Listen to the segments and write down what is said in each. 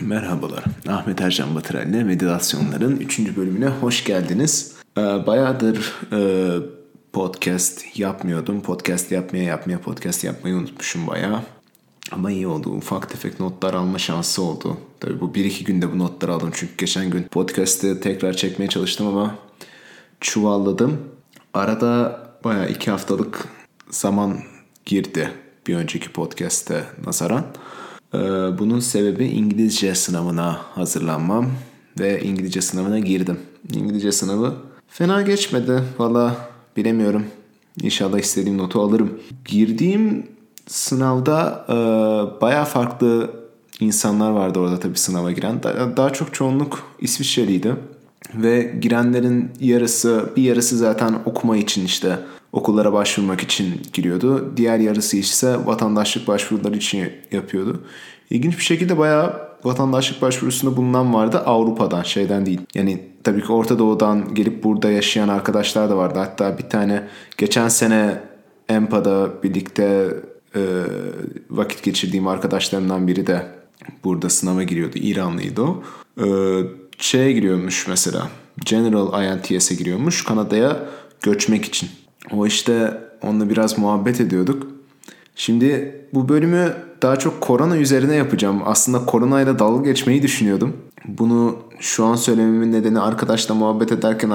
Merhabalar, Ahmet Ercan Batıral'le Meditasyonların 3. bölümüne hoş geldiniz. Bayağıdır podcast yapmıyordum. Podcast yapmayı unutmuşum bayağı. Ama iyi oldu. Ufak tefek notlar alma şansı oldu. Tabii bu 1-2 günde bu notları aldım. Çünkü geçen gün podcast'ı tekrar çekmeye çalıştım ama çuvalladım. Arada bayağı 2 haftalık zaman girdi bir önceki podcast'te nazaran. Bunun sebebi İngilizce sınavına hazırlanmam ve İngilizce sınavına girdim. İngilizce sınavı fena geçmedi. Valla bilemiyorum. İnşallah istediğim notu alırım. Girdiğim sınavda bayağı farklı insanlar vardı orada tabii sınava giren. Daha çok çoğunluk İsviçreliydi. Ve girenlerin bir yarısı zaten okuma için işte okullara başvurmak için giriyordu. Diğer yarısı ise vatandaşlık başvuruları için yapıyordu. İlginç bir şekilde bayağı vatandaşlık başvurusunda bulunan vardı Avrupa'dan, şeyden değil. Yani tabii ki Orta Doğu'dan gelip burada yaşayan arkadaşlar da vardı. Hatta bir tane geçen sene EMPA'da birlikte vakit geçirdiğim arkadaşlarımdan biri de burada sınava giriyordu. İranlıydı o. Giriyormuş mesela. General INTS'e giriyormuş Kanada'ya göçmek için. O işte onunla biraz muhabbet ediyorduk. Şimdi bu bölümü daha çok korona üzerine yapacağım. Aslında koronayla dalga geçmeyi düşünüyordum. Bunu şu an söylememin nedeni arkadaşla muhabbet ederken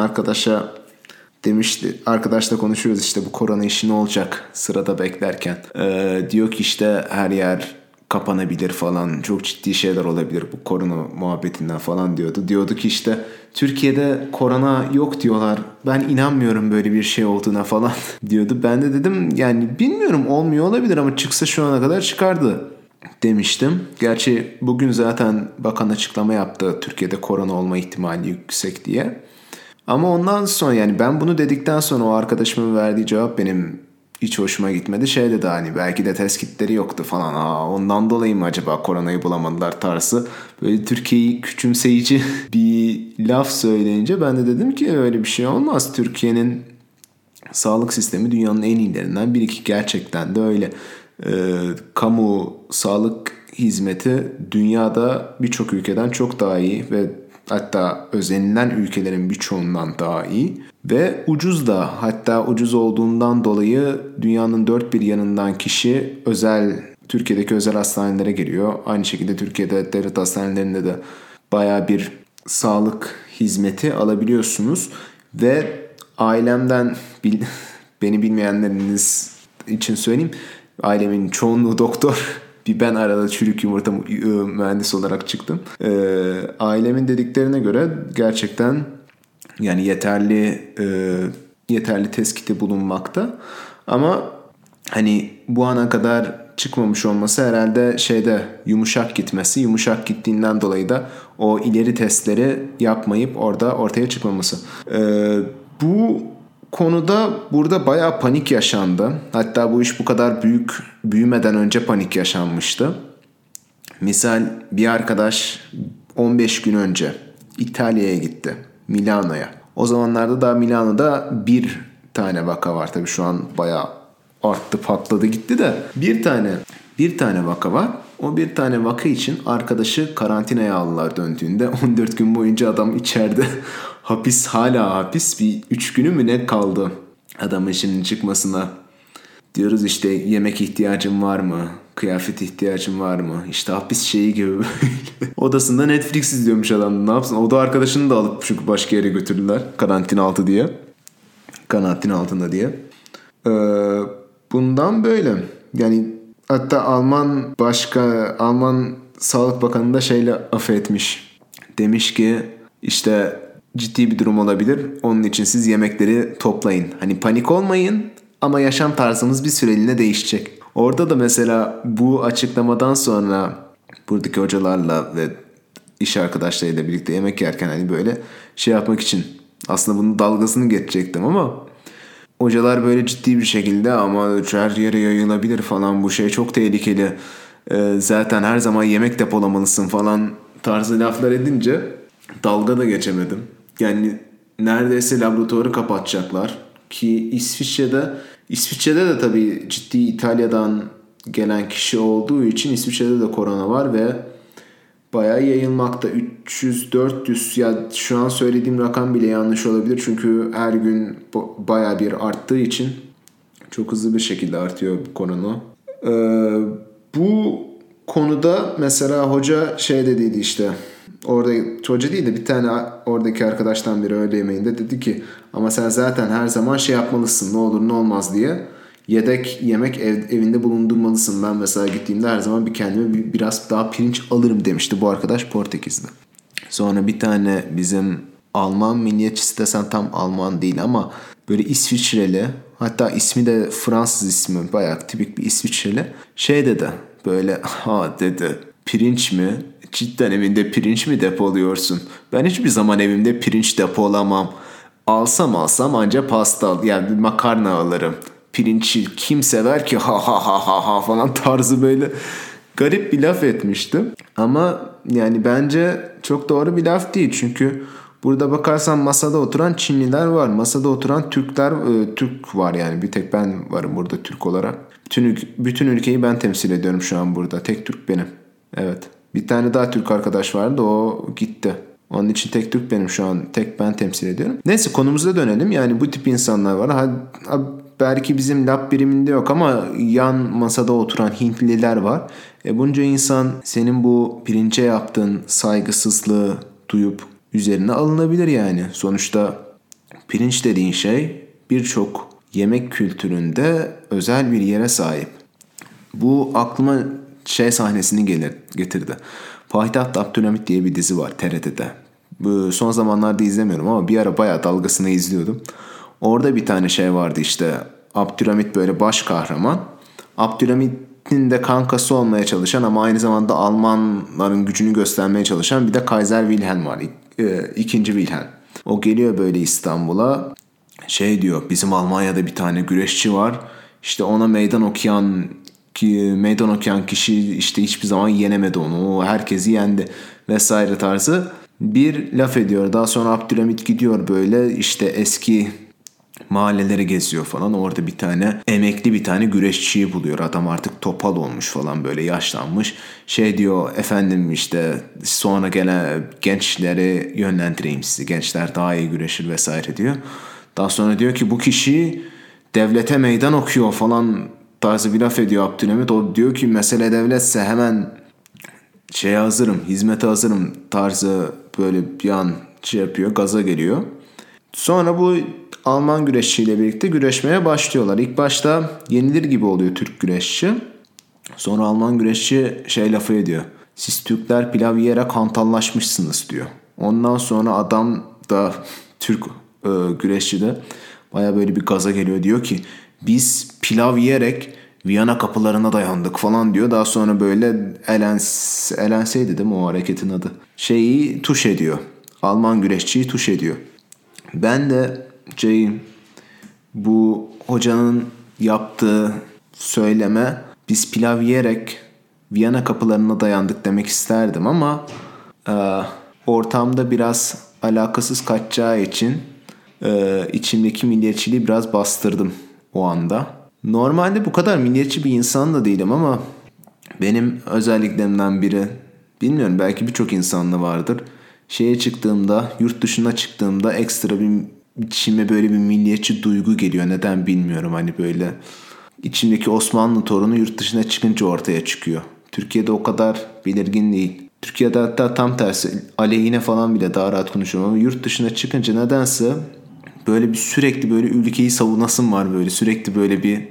arkadaşla konuşuyoruz işte bu korona işi ne olacak sırada beklerken. Diyor ki işte her yer kapanabilir falan, çok ciddi şeyler olabilir bu korona muhabbetinden falan diyordu. Diyordu ki işte Türkiye'de korona yok diyorlar. Ben inanmıyorum böyle bir şey olduğuna falan diyordu. Ben de dedim yani bilmiyorum, olmuyor olabilir ama çıksa şu ana kadar çıkardı demiştim. Gerçi bugün zaten bakan açıklama yaptı Türkiye'de korona olma ihtimali yüksek diye. Ama ondan sonra yani ben bunu dedikten sonra o arkadaşımın verdiği cevap benim hiç hoşuma gitmedi. Şey dedi hani belki de test kitleri yoktu falan. Ondan dolayı mı acaba koronayı bulamadılar tarzı. Böyle Türkiye'yi küçümseyici bir laf söyleyince ben de dedim ki öyle bir şey olmaz. Türkiye'nin sağlık sistemi dünyanın en iyilerinden biri ki gerçekten de öyle. Kamu sağlık hizmeti dünyada birçok ülkeden çok daha iyi ve hatta özenilen ülkelerin birçoğundan daha iyi ve ucuz da, hatta ucuz olduğundan dolayı dünyanın dört bir yanından kişi Türkiye'deki özel hastanelere geliyor. Aynı şekilde Türkiye'de devlet hastanelerinde de bayağı bir sağlık hizmeti alabiliyorsunuz ve ailemden beni bilmeyenleriniz için söyleyeyim. Ailemin çoğunluğu doktor. Bir ben arada çürük yumurta mühendisi olarak çıktım. Ailemin dediklerine göre gerçekten yani yeterli tespiti bulunmakta. Ama hani bu ana kadar çıkmamış olması herhalde yumuşak gitmesi. Yumuşak gittiğinden dolayı da o ileri testleri yapmayıp ortaya çıkmaması. Bu konuda burada bayağı panik yaşandı. Hatta bu iş bu kadar büyümeden önce panik yaşanmıştı. Misal bir arkadaş 15 gün önce İtalya'ya gitti. Milano'ya. O zamanlarda da Milano'da bir tane vaka var. Tabii şu an bayağı arttı, patladı gitti de. Bir tane vaka var. O bir tane vaka için arkadaşı karantinaya aldılar döndüğünde. 14 gün boyunca adam içeride. Hala hapis. Bir 3 günü mü ne kaldı adamın şimdi çıkmasına. Diyoruz işte yemek ihtiyacın var mı? Kıyafet ihtiyacın var mı? İşte hapis şeyi gibi böyle. Odasında Netflix izliyormuş adam. Ne yapsın? O da arkadaşını da alıp çünkü başka yere götürdüler. Karantina altında diye. Bundan böyle. Yani hatta Alman Sağlık Bakanı da affetmiş. Demiş ki işte ciddi bir durum olabilir. Onun için siz yemekleri toplayın. Hani panik olmayın ama yaşam tarzımız bir süreliğine değişecek. Orada da mesela bu açıklamadan sonra buradaki hocalarla ve iş arkadaşlarıyla birlikte yemek yerken hani böyle yapmak için aslında bunun dalgasını geçecektim ama hocalar böyle ciddi bir şekilde ama her yere yayılabilir falan, bu şey çok tehlikeli. Zaten her zaman yemek depolamalısın falan tarzı laflar edince dalga da geçemedim. Yani neredeyse laboratuvarı kapatacaklar ki İsviçre'de de tabii ciddi İtalya'dan gelen kişi olduğu için İsviçre'de de korona var ve bayağı yayılmakta. 300-400 ya şu an söylediğim rakam bile yanlış olabilir. Çünkü her gün bayağı bir arttığı için çok hızlı bir şekilde artıyor bu konu. Bu konuda mesela hoca şey dediydi işte. Orada hoca değil de bir tane oradaki arkadaştan biri öğle yemeğinde dedi ki ama sen zaten her zaman şey yapmalısın ne olur ne olmaz diye. Yedek yemek evinde bulundurmalısın. Ben mesela gittiğimde her zaman kendime biraz daha pirinç alırım demişti bu arkadaş Portekiz'de. Sonra bir tane bizim Alman milliyetçisi desen tam Alman değil ama böyle İsviçreli, hatta ismi de Fransız ismi, bayağı tipik bir İsviçreli. Şey dedi böyle, ha dedi, pirinç mi? Cidden evinde pirinç mi depoluyorsun? Ben hiçbir zaman evimde pirinç depolamam. Alsam anca pasta yani makarna alırım. Pirinç kim sever ki ha ha ha ha ha falan tarzı böyle garip bir laf etmiştim. Ama yani bence çok doğru bir laf değil. Çünkü burada bakarsan masada oturan Çinliler var. Masada oturan Türk var yani. Bir tek ben varım burada Türk olarak. Bütün ülkeyi ben temsil ediyorum şu an burada. Tek Türk benim. Evet. Bir tane daha Türk arkadaş vardı. O gitti. Onun için tek Türk benim şu an. Tek ben temsil ediyorum. Neyse konumuza dönelim. Yani bu tip insanlar var. Belki bizim lab biriminde yok ama yan masada oturan Hintliler var. Bunca insan senin bu pirince yaptığın saygısızlığı duyup üzerine alınabilir yani. Sonuçta pirinç dediğin şey birçok yemek kültüründe özel bir yere sahip. Bu aklıma şey sahnesini getirdi. Payitaht Abdülhamit diye bir dizi var TRT'de. Bu son zamanlarda izlemiyorum ama bir ara bayağı dalgasını izliyordum. Orada bir tane şey vardı işte. Abdülhamit böyle baş kahraman. Abdülhamit'in de kankası olmaya çalışan ama aynı zamanda Almanların gücünü göstermeye çalışan bir de Kaiser Wilhelm var. İkinci Wilhelm. O geliyor böyle İstanbul'a. Şey diyor, bizim Almanya'da bir tane güreşçi var. İşte ona meydan okuyan kişi işte hiçbir zaman yenemedi onu. O herkesi yendi vesaire tarzı bir laf ediyor. Daha sonra Abdülhamit gidiyor böyle işte eski mahalleleri geziyor falan. Orada bir tane emekli bir tane güreşçiyi buluyor. Adam artık topal olmuş falan böyle yaşlanmış. Şey diyor, efendim işte sonra gelen gençleri yönlendireyim sizi. Gençler daha iyi güreşir vesaire diyor. Daha sonra diyor ki bu kişi devlete meydan okuyor falan tarzı bir laf ediyor Abdülhamit. O diyor ki mesele devletse hemen hizmete hazırım tarzı böyle bir an şey yapıyor, gaza geliyor. Sonra bu Alman güreşçiyle birlikte güreşmeye başlıyorlar. İlk başta yenilir gibi oluyor Türk güreşçi. Sonra Alman güreşçi lafı ediyor. Siz Türkler pilav yiyerek hantallaşmışsınız diyor. Ondan sonra adam da Türk güreşçi de baya böyle bir gaza geliyor. Diyor ki biz pilav yiyerek Viyana kapılarına dayandık falan diyor. Daha sonra böyle Elenseydi değil mi o hareketin adı? Tuş ediyor. Alman güreşçiyi tuş ediyor. Ben de bu hocanın yaptığı söyleme biz pilav yiyerek Viyana kapılarına dayandık demek isterdim ama ortamda biraz alakasız kaçacağı için içimdeki milliyetçiliği biraz bastırdım o anda. Normalde bu kadar milliyetçi bir insan da değilim ama benim özelliklerimden biri, bilmiyorum belki birçok insanda vardır. Yurt dışına çıktığımda ekstra bir içime böyle bir milliyetçi duygu geliyor. Neden bilmiyorum, hani böyle içimdeki Osmanlı torunu yurt dışına çıkınca ortaya çıkıyor. Türkiye'de o kadar belirgin değil. Türkiye'de hatta tam tersi aleyhine falan bile daha rahat konuşuyorum ama yurt dışına çıkınca nedense böyle bir sürekli böyle ülkeyi savunasım var böyle. Sürekli böyle bir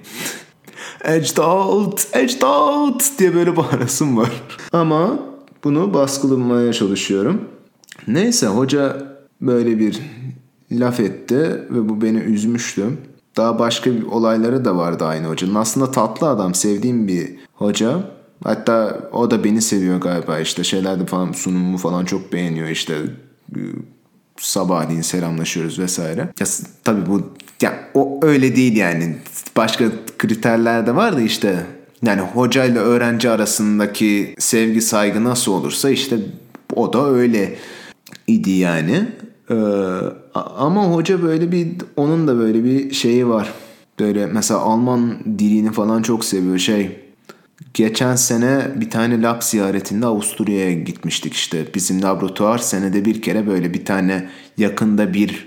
ecdat diye böyle bağırasım var. Ama bunu baskılamaya çalışıyorum. Neyse hoca böyle bir laf etti ve bu beni üzmüştü. Daha başka bir olayları da vardı aynı hocanın. Aslında tatlı adam, sevdiğim bir hoca. Hatta o da beni seviyor galiba, işte şeylerde falan sunumumu falan çok beğeniyor, işte sabahleyin selamlaşıyoruz vesaire. Ya, tabii bu o öyle değil yani. Başka kriterler de var da işte yani hocayla öğrenci arasındaki sevgi saygı nasıl olursa işte o da öyle idi yani. Ama hoca böyle onun da böyle bir şeyi var. Böyle mesela Alman dilini falan çok seviyor. Geçen sene bir tane lab ziyaretinde Avusturya'ya gitmiştik işte. Bizim laboratuvar senede bir kere böyle bir tane yakında bir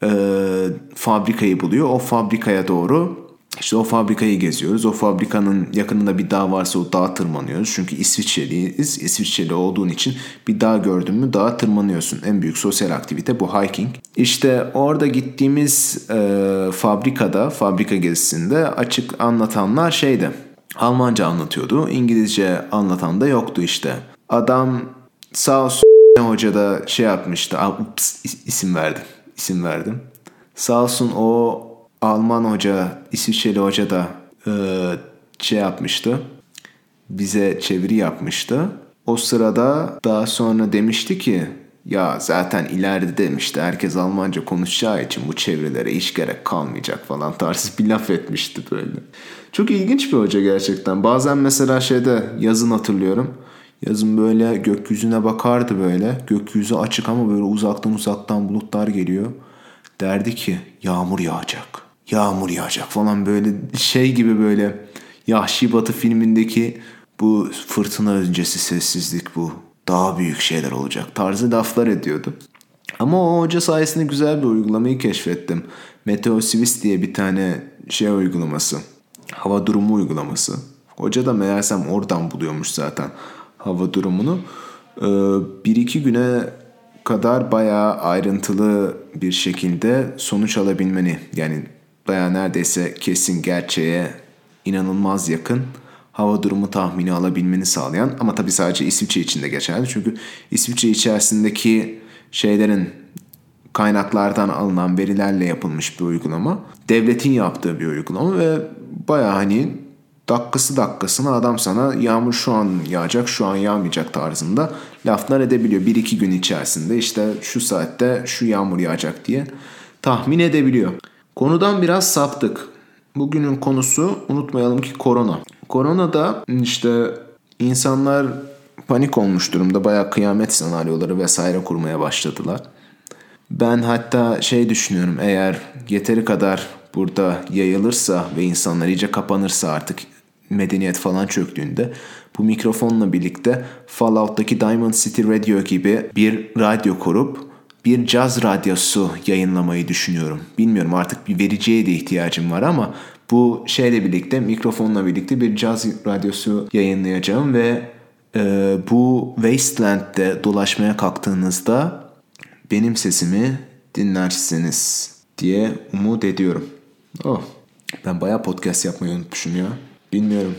fabrikayı buluyor. O fabrikaya doğru işte o fabrikayı geziyoruz. O fabrikanın yakınında bir dağ varsa o dağa tırmanıyoruz. Çünkü İsviçreliyiz. İsviçreli olduğun için bir dağ gördün mü dağa tırmanıyorsun. En büyük sosyal aktivite bu hiking. İşte orada gittiğimiz fabrika gezisinde açık anlatanlar şeydi. Almanca anlatıyordu. İngilizce anlatan da yoktu işte. Adam sağ olsun hoca da şey yapmıştı. İsim verdim. Sağ olsun o Alman hoca, İsviçreli hoca da şey yapmıştı. Bize çeviri yapmıştı. O sırada daha sonra demişti ki ya zaten ileride demişti herkes Almanca konuşacağı için bu çevirilere hiç gerek kalmayacak falan tarzı bir laf etmişti böyle. Çok ilginç bir hoca gerçekten. Bazen mesela yazın hatırlıyorum. Yazın böyle gökyüzüne bakardı böyle. Gökyüzü açık ama böyle uzaktan bulutlar geliyor. Derdi ki yağmur yağacak falan böyle şey gibi böyle Yahşi Batı filmindeki bu fırtına öncesi sessizlik bu daha büyük şeyler olacak tarzı laflar ediyordu. Ama o hoca sayesinde güzel bir uygulamayı keşfettim. MeteoSwiss diye bir tane uygulaması. Hava durumu uygulaması. Hoca da meğersem oradan buluyormuş zaten hava durumunu. 1-2 güne kadar bayağı ayrıntılı bir şekilde sonuç alabilmeni yani bayağı neredeyse kesin gerçeğe inanılmaz yakın hava durumu tahmini alabilmeni sağlayan ama tabii sadece İsviçre için de geçerli. Çünkü İsviçre içerisindeki şeylerin kaynaklardan alınan verilerle yapılmış bir uygulama. Devletin yaptığı bir uygulama ve bayağı hani dakikasına adam sana yağmur şu an yağacak, şu an yağmayacak tarzında laflar edebiliyor. 1-2 gün içerisinde işte şu saatte şu yağmur yağacak diye tahmin edebiliyor. Konudan biraz saptık. Bugünün konusu unutmayalım ki korona. Koronada işte insanlar panik olmuş durumda. Bayağı kıyamet senaryoları vesaire kurmaya başladılar. Ben hatta düşünüyorum eğer yeteri kadar burada yayılırsa ve insanlar iyice kapanırsa artık medeniyet falan çöktüğünde bu mikrofonla birlikte Fallout'taki Diamond City Radio gibi bir radyo kurup bir caz radyosu yayınlamayı düşünüyorum. Bilmiyorum artık bir vericiye de ihtiyacım var ama bu birlikte mikrofonla birlikte bir caz radyosu yayınlayacağım ve bu Wasteland'de dolaşmaya kalktığınızda benim sesimi dinlersiniz diye umut ediyorum. Ben bayağı podcast yapmayı unutmuşum ya. Bilmiyorum.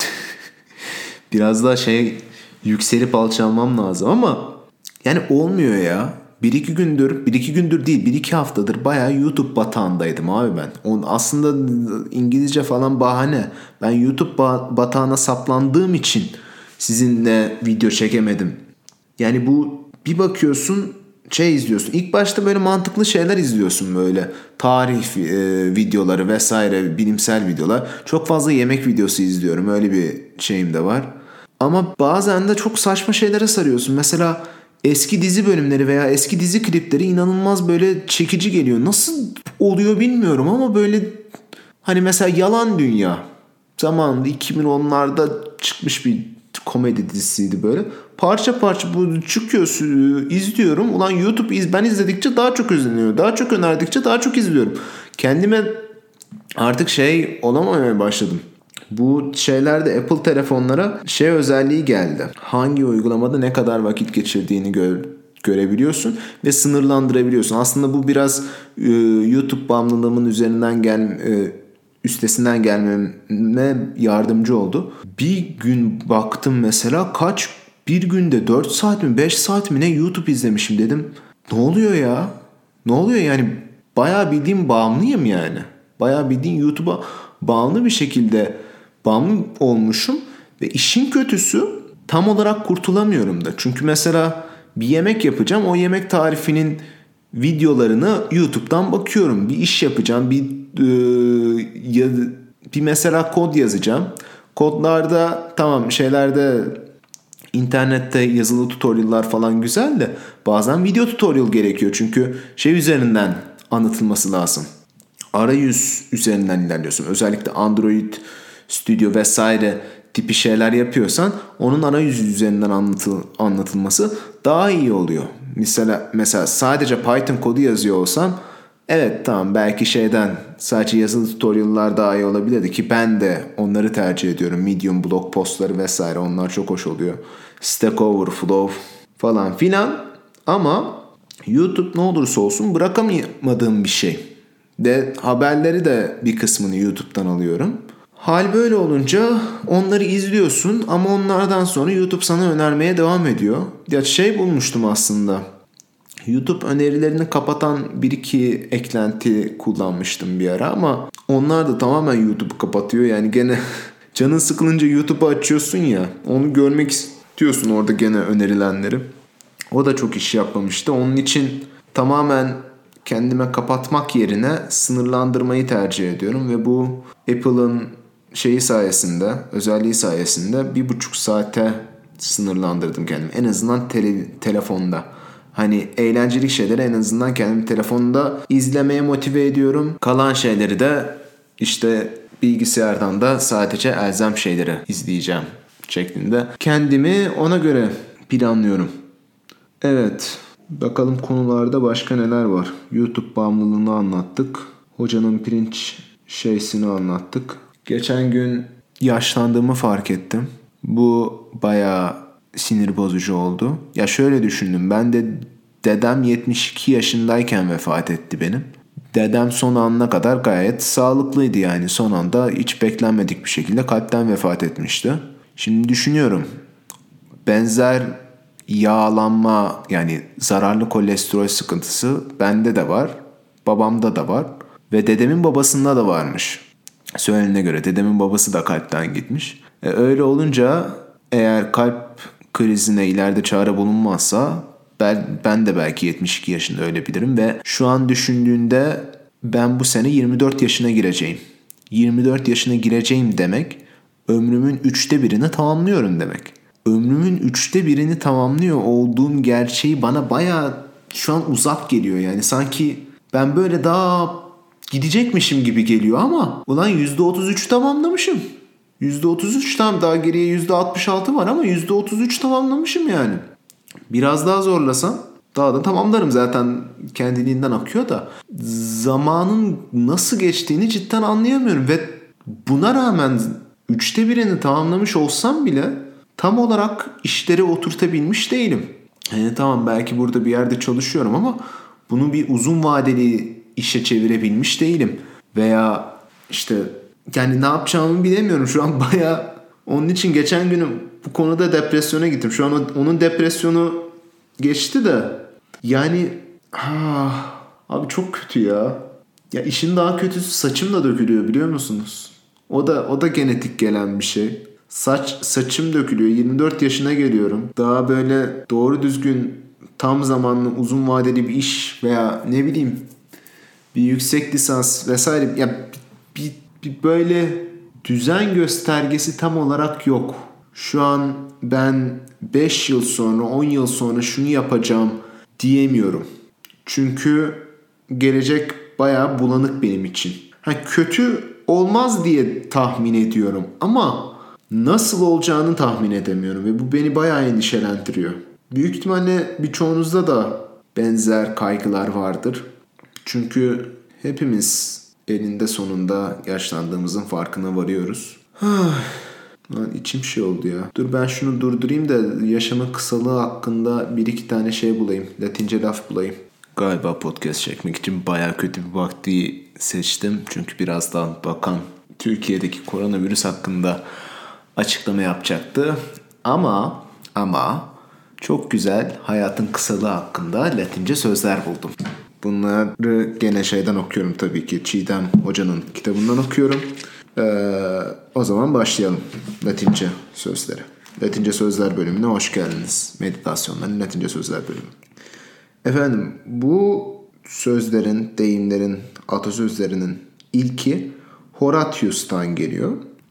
Biraz daha yükselip alçalmam lazım ama yani olmuyor ya. 1-2 gündür değil 1-2 haftadır bayağı YouTube batağındaydım abi ben. Aslında İngilizce falan bahane. Ben YouTube batağına saplandığım için sizinle video çekemedim. Yani bu bir bakıyorsun izliyorsun. İlk başta böyle mantıklı şeyler izliyorsun böyle. Tarih videoları vesaire bilimsel videolar. Çok fazla yemek videosu izliyorum. Öyle bir şeyim de var. Ama bazen de çok saçma şeylere sarıyorsun. Mesela eski dizi bölümleri veya eski dizi klipleri inanılmaz böyle çekici geliyor. Nasıl oluyor bilmiyorum ama böyle hani mesela Yalan Dünya zamanında 2010'larda çıkmış bir komedi dizisiydi böyle. Parça parça bu çıkıyor izliyorum. Ulan YouTube ben izledikçe daha çok izleniyor. Daha çok önerdikçe daha çok izliyorum. Kendime artık olamamaya başladım. Bu şeylerde Apple telefonlara özelliği geldi. Hangi uygulamada ne kadar vakit geçirdiğini görebiliyorsun ve sınırlandırabiliyorsun. Aslında bu biraz YouTube bağımlılığımın üstesinden gelmeme yardımcı oldu. Bir gün baktım mesela bir günde 4 saat mi 5 saat mi ne YouTube izlemişim dedim. Ne oluyor ya? Ne oluyor yani? Bayağı bildiğim bağımlıyım yani. Bayağı bildiğin YouTube'a bağımlı bir şekilde bağımlı olmuşum. Ve işin kötüsü tam olarak kurtulamıyorum da. Çünkü mesela bir yemek yapacağım. O yemek tarifinin videolarını YouTube'dan bakıyorum. Bir iş yapacağım. Bir mesela kod yazacağım. Kodlarda tamam internette yazılı tutorial'lar falan güzel de bazen video tutorial gerekiyor. Çünkü üzerinden anlatılması lazım. Arayüz üzerinden ilerliyorsun. Özellikle Android Studio vesaire tipi şeyler yapıyorsan onun arayüzü üzerinden anlatılması daha iyi oluyor. Mesela sadece Python kodu yazıyor olsam evet tamam belki sadece yazılı tutorial'lar daha iyi olabilirdi ki ben de onları tercih ediyorum. Medium blog postları vesaire onlar çok hoş oluyor. Stack Overflow falan filan ama YouTube ne olursa olsun bırakamadığım bir şey. De haberleri de bir kısmını YouTube'dan alıyorum. Hal böyle olunca onları izliyorsun ama onlardan sonra YouTube sana önermeye devam ediyor. Ya bulmuştum aslında. YouTube önerilerini kapatan bir iki eklenti kullanmıştım bir ara ama onlar da tamamen YouTube'u kapatıyor. Yani gene canın sıkılınca YouTube'u açıyorsun ya, onu görmek istiyorsun orada gene önerilenleri. O da çok iş yapmamıştı. Onun için tamamen kendime kapatmak yerine sınırlandırmayı tercih ediyorum ve bu Apple'ın özelliği sayesinde 1,5 saate sınırlandırdım kendimi. En azından telefonda. Hani eğlenceli şeyleri en azından kendimi telefonda izlemeye motive ediyorum. Kalan şeyleri de işte bilgisayardan da sadece elzem şeyleri izleyeceğim şeklinde. Kendimi ona göre planlıyorum. Evet. Bakalım konularda başka neler var. YouTube bağımlılığını anlattık. Hocanın pirinç anlattık. Geçen gün yaşlandığımı fark ettim. Bu bayağı sinir bozucu oldu. Ya şöyle düşündüm. Ben de dedem 72 yaşındayken vefat etti benim. Dedem son anına kadar gayet sağlıklıydı yani. Son anda hiç beklenmedik bir şekilde kalpten vefat etmişti. Şimdi düşünüyorum. Benzer yağlanma yani zararlı kolesterol sıkıntısı bende de var. Babamda da var. Ve dedemin babasında da varmış. Söylenene göre dedemin babası da kalpten gitmiş. Öyle olunca eğer kalp krizine ileride çare bulunmazsa ben de belki 72 yaşında ölebilirim. Ve şu an düşündüğünde ben bu sene 24 yaşına gireceğim. 24 yaşına gireceğim demek ömrümün 1/3'ünü tamamlıyorum demek. Ömrümün 1/3'ünü tamamlıyor olduğum gerçeği bana bayağı şu an uzak geliyor. Yani sanki ben böyle daha gidecekmişim gibi geliyor ama ulan %33 tamamlamışım. %33 tam daha geriye %66 var ama %33 tamamlamışım yani. Biraz daha zorlasam daha da tamamlarım zaten kendiliğinden akıyor da zamanın nasıl geçtiğini cidden anlayamıyorum ve buna rağmen 1/3'ini tamamlamış olsam bile tam olarak işleri oturtabilmiş değilim. Yani tamam belki burada bir yerde çalışıyorum ama bunu bir uzun vadeli işe çevirebilmiş değilim. Veya işte yani ne yapacağımı bilemiyorum. Şu an bayağı onun için geçen günü bu konuda depresyona gittim. Şu an onun depresyonu geçti de yani abi çok kötü ya. Ya işin daha kötüsü saçım da dökülüyor biliyor musunuz? O da genetik gelen bir şey. Saçım dökülüyor. 24 yaşına geliyorum. Daha böyle doğru düzgün tam zamanlı uzun vadeli bir iş veya ne bileyim bir yüksek lisans vesaire ya bir böyle düzen göstergesi tam olarak yok. Şu an ben 5 yıl sonra 10 yıl sonra şunu yapacağım diyemiyorum. Çünkü gelecek bayağı bulanık benim için. Kötü olmaz diye tahmin ediyorum ama nasıl olacağını tahmin edemiyorum ve bu beni bayağı endişelendiriyor. Büyük ihtimalle birçoğunuzda da benzer kaygılar vardır. Çünkü hepimiz elinde sonunda yaşlandığımızın farkına varıyoruz. Lan içim oldu ya. Dur ben şunu durdurayım da yaşamın kısalığı hakkında bir iki tane bulayım. Latince laf bulayım. Galiba podcast çekmek için bayağı kötü bir vakti seçtim. Çünkü birazdan bakan Türkiye'deki koronavirüs hakkında açıklama yapacaktı. Ama çok güzel hayatın kısalığı hakkında Latince sözler buldum. Bunları gene okuyorum tabii ki. Çiğdem Hoca'nın kitabından okuyorum. O zaman başlayalım. Latince sözleri. Latince sözler bölümüne hoş geldiniz. Meditasyonların Latince sözler bölümü. Efendim bu sözlerin, deyimlerin, atasözlerinin ilki Horatius'tan geliyor.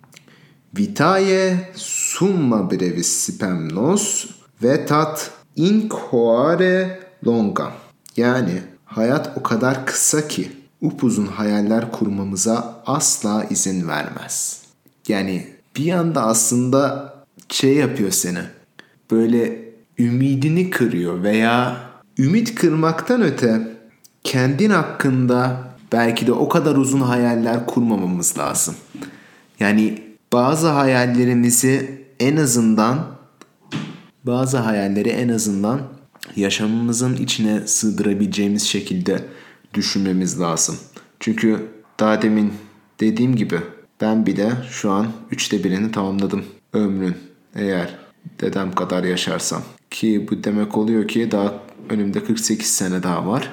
Vitae summa brevis spem nos vetat inchoare longa. Yani hayat o kadar kısa ki upuzun hayaller kurmamıza asla izin vermez. Yani bir anda aslında şey yapıyor seni. Böyle ümidini kırıyor veya ümit kırmaktan öte kendin hakkında belki de o kadar uzun hayaller kurmamamız lazım. Yani bazı hayallerimizi bazı hayalleri en azından yaşamımızın içine sığdırabileceğimiz şekilde düşünmemiz lazım. Çünkü daha demin dediğim gibi ben bile şu an 1/3'ünü tamamladım ömrün, eğer dedem kadar yaşarsam. Ki bu demek oluyor ki daha önümde 48 sene daha var.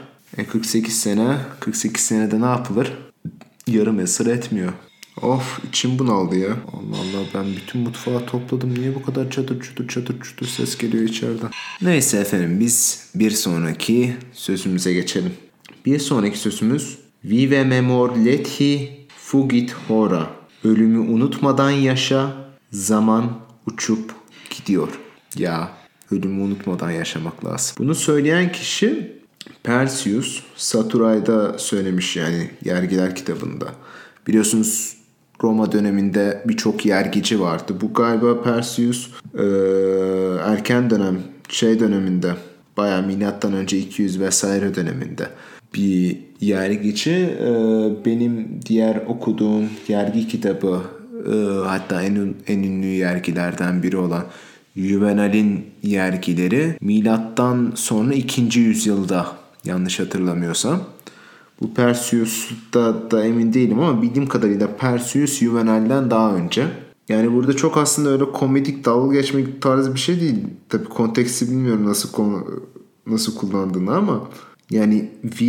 48 senede ne yapılır? Yarım esir etmiyor. Of, içim bunaldı ya. Allah Allah, ben bütün mutfağı topladım. Niye bu kadar çatır çutur ses geliyor içeriden? Neyse efendim, biz bir sonraki sözümüze geçelim. Bir sonraki sözümüz Vive memor lethi fugit hora. Ölümü unutmadan yaşa, zaman uçup gidiyor. Ya, ölümü unutmadan yaşamak lazım. Bunu söyleyen kişi Perseus, Saturay'da söylemiş, yani Yergiler kitabında. Biliyorsunuz Roma döneminde birçok yergici vardı. Bu galiba Perseus erken dönem, döneminde, bayağı milattan önce 200 vesaire döneminde bir yergici. Benim diğer okuduğum yergi kitabı, hatta en ünlü yergilerden biri olan Juvenal'in yergileri milattan sonra 2. yüzyılda, yanlış hatırlamıyorsam. Bu Perseus'ta da emin değilim ama bildiğim kadarıyla Perseus Juvenal'den daha önce. Yani burada çok aslında öyle komedik, dalga geçmek tarzı bir şey değil. Tabii konteksti bilmiyorum nasıl kullandığını, ama yani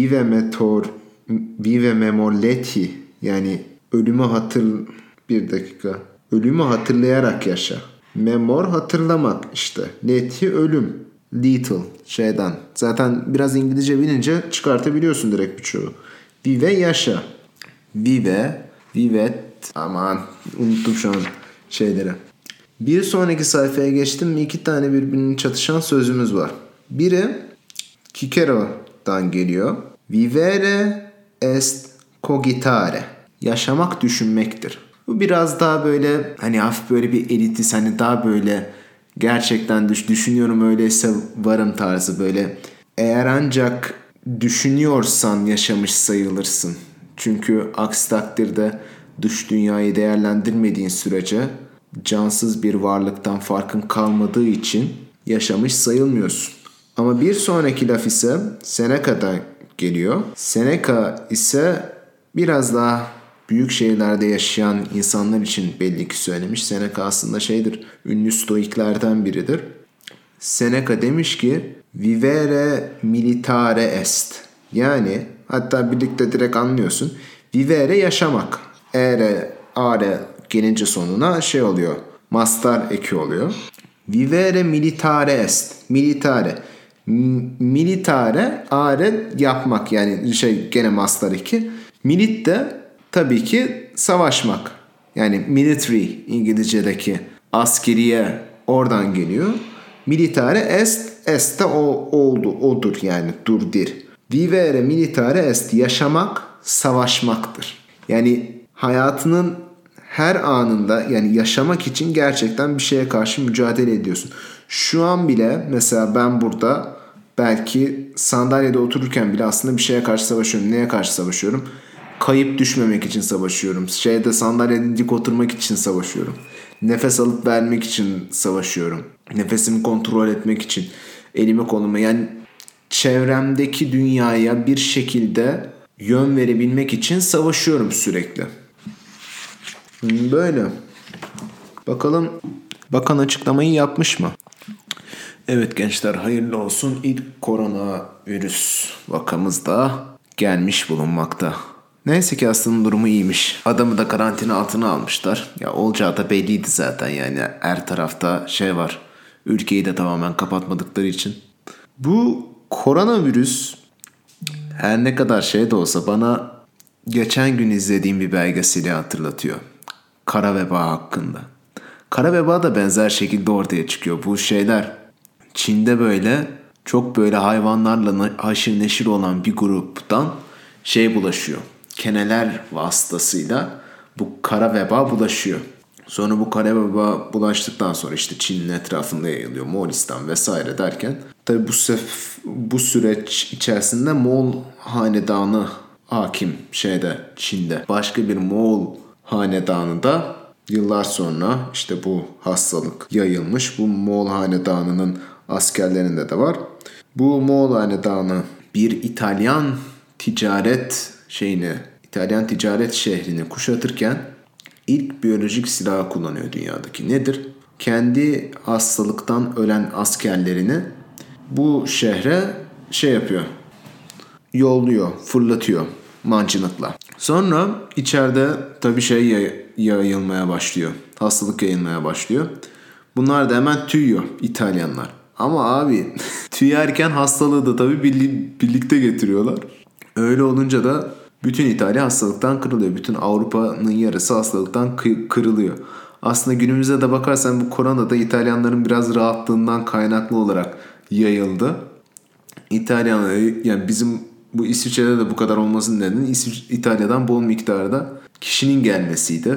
vive memor lethi, yani ölümü hatırlayarak yaşa. Memor hatırlamak işte. Lethi ölüm. Little şeyden. Zaten biraz İngilizce bilince çıkartabiliyorsun direkt birçoğu. Vive yaşa. Vivet. Aman unuttum şu an şeyleri. Bir sonraki sayfaya geçtim mi 2 tane birbirinin çatışan sözümüz var. Biri Cicero'dan geliyor. Vivere est cogitare. Yaşamak düşünmektir. Bu biraz daha böyle hani hafif böyle bir elitist, hani daha böyle gerçekten düşünüyorum öyleyse varım tarzı, böyle eğer ancak düşünüyorsan yaşamış sayılırsın. Çünkü aksi takdirde dış dünyayı değerlendirmediğin sürece cansız bir varlıktan farkın kalmadığı için yaşamış sayılmıyorsun. Ama bir sonraki laf ise Seneca'dan geliyor. Seneca ise biraz daha büyük şehirlerde yaşayan insanlar için belli ki söylemiş. Seneca aslında ünlü stoiklerden biridir. Seneca demiş ki vivere militare est. Yani hatta birlikte direkt anlıyorsun. Vivere yaşamak. Are gelince sonuna oluyor. Mastar eki oluyor. Vivere militare est. Militare are yapmak, yani gene mastar eki. Milit de tabii ki savaşmak. Yani military İngilizce'deki askeriye oradan geliyor. Militare est de odur, yani durdir. Vivere militare est, yaşamak savaşmaktır. Yani hayatının her anında, yani yaşamak için gerçekten bir şeye karşı mücadele ediyorsun. Şu an bile mesela ben burada belki sandalyede otururken bile aslında bir şeye karşı savaşıyorum. Neye karşı savaşıyorum? Kayıp düşmemek için savaşıyorum. Sandalyede dik oturmak için savaşıyorum. Nefes alıp vermek için savaşıyorum. Nefesimi kontrol etmek için. Elimi kolumu, yani çevremdeki dünyaya bir şekilde yön verebilmek için savaşıyorum sürekli. Böyle. Bakalım bakan açıklamayı yapmış mı? Evet gençler, hayırlı olsun. İlk koronavirüs vakamız da gelmiş bulunmakta. Neyse ki hastanın durumu iyiymiş. Adamı da karantina altına almışlar. Ya olacağı da belliydi zaten, yani her tarafta var. Ülkeyi de tamamen kapatmadıkları için. Bu koronavirüs her ne kadar de olsa bana geçen gün izlediğim bir belgeseli hatırlatıyor. Kara veba hakkında. Kara veba da benzer şekilde ortaya çıkıyor. Bu Çin'de böyle çok böyle hayvanlarla haşır neşir olan bir gruptan bulaşıyor. Keneler vasıtasıyla bu kara veba bulaşıyor. Sonra bu kara veba bulaştıktan sonra işte Çin'in etrafında yayılıyor. Moğolistan vesaire derken. Tabi bu süreç içerisinde Moğol hanedanı hakim Çin'de. Başka bir Moğol hanedanı da yıllar sonra işte bu hastalık yayılmış. Bu Moğol hanedanının askerlerinde de var. Bu Moğol hanedanı bir İtalyan ticaret şehrini kuşatırken ilk biyolojik silahı kullanıyor dünyadaki. Nedir? Kendi hastalıktan ölen askerlerini bu şehre yapıyor. Yolluyor, fırlatıyor mancınıkla. Sonra içeride tabii yayılmaya başlıyor. Hastalık yayılmaya başlıyor. Bunlar da hemen tüyüyor İtalyanlar. Ama abi tüyerken hastalığı da tabii birlikte getiriyorlar. Öyle olunca da bütün İtalya hastalıktan kırılıyor. Bütün Avrupa'nın yarısı hastalıktan kırılıyor. Aslında günümüze de bakarsan bu korona da İtalyanların biraz rahatlığından kaynaklı olarak yayıldı. İtalyanlar, yani bizim bu İsviçre'de de bu kadar olmasının nedeni İtalya'dan bol miktarda kişinin gelmesiydi.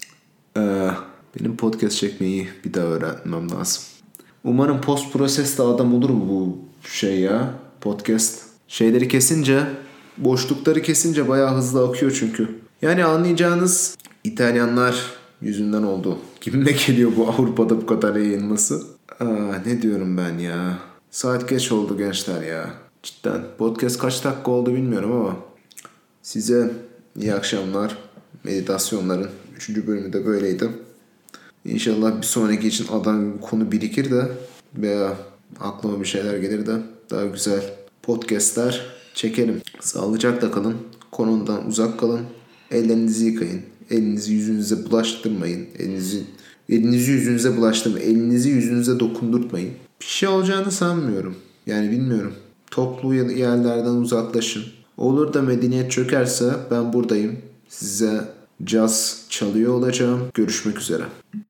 Benim podcast çekmeyi bir daha öğrenmem lazım. Umarım post proses'te adam olur bu podcast. Şeyleri kesince, boşlukları kesince bayağı hızlı akıyor çünkü. Yani anlayacağınız İtalyanlar yüzünden oldu. Kimine geliyor bu Avrupa'da bu kadar yayılması? Ne diyorum ben ya? Saat geç oldu gençler ya. Cidden podcast kaç dakika oldu bilmiyorum ama size iyi akşamlar. Meditasyonların 3. bölümü de böyleydi. İnşallah bir sonraki için konu birikir de veya aklıma bir şeyler gelir de daha güzel podcastler çekelim. Sağlıcakla kalın. Konudan uzak kalın. Ellerinizi yıkayın. Elinizi yüzünüze bulaştırmayın. Elinizi yüzünüze dokundurtmayın. Bir şey olacağını sanmıyorum. Yani bilmiyorum. Toplu yerlerden uzaklaşın. Olur da medeniyet çökerse ben buradayım. Size caz çalıyor olacağım. Görüşmek üzere.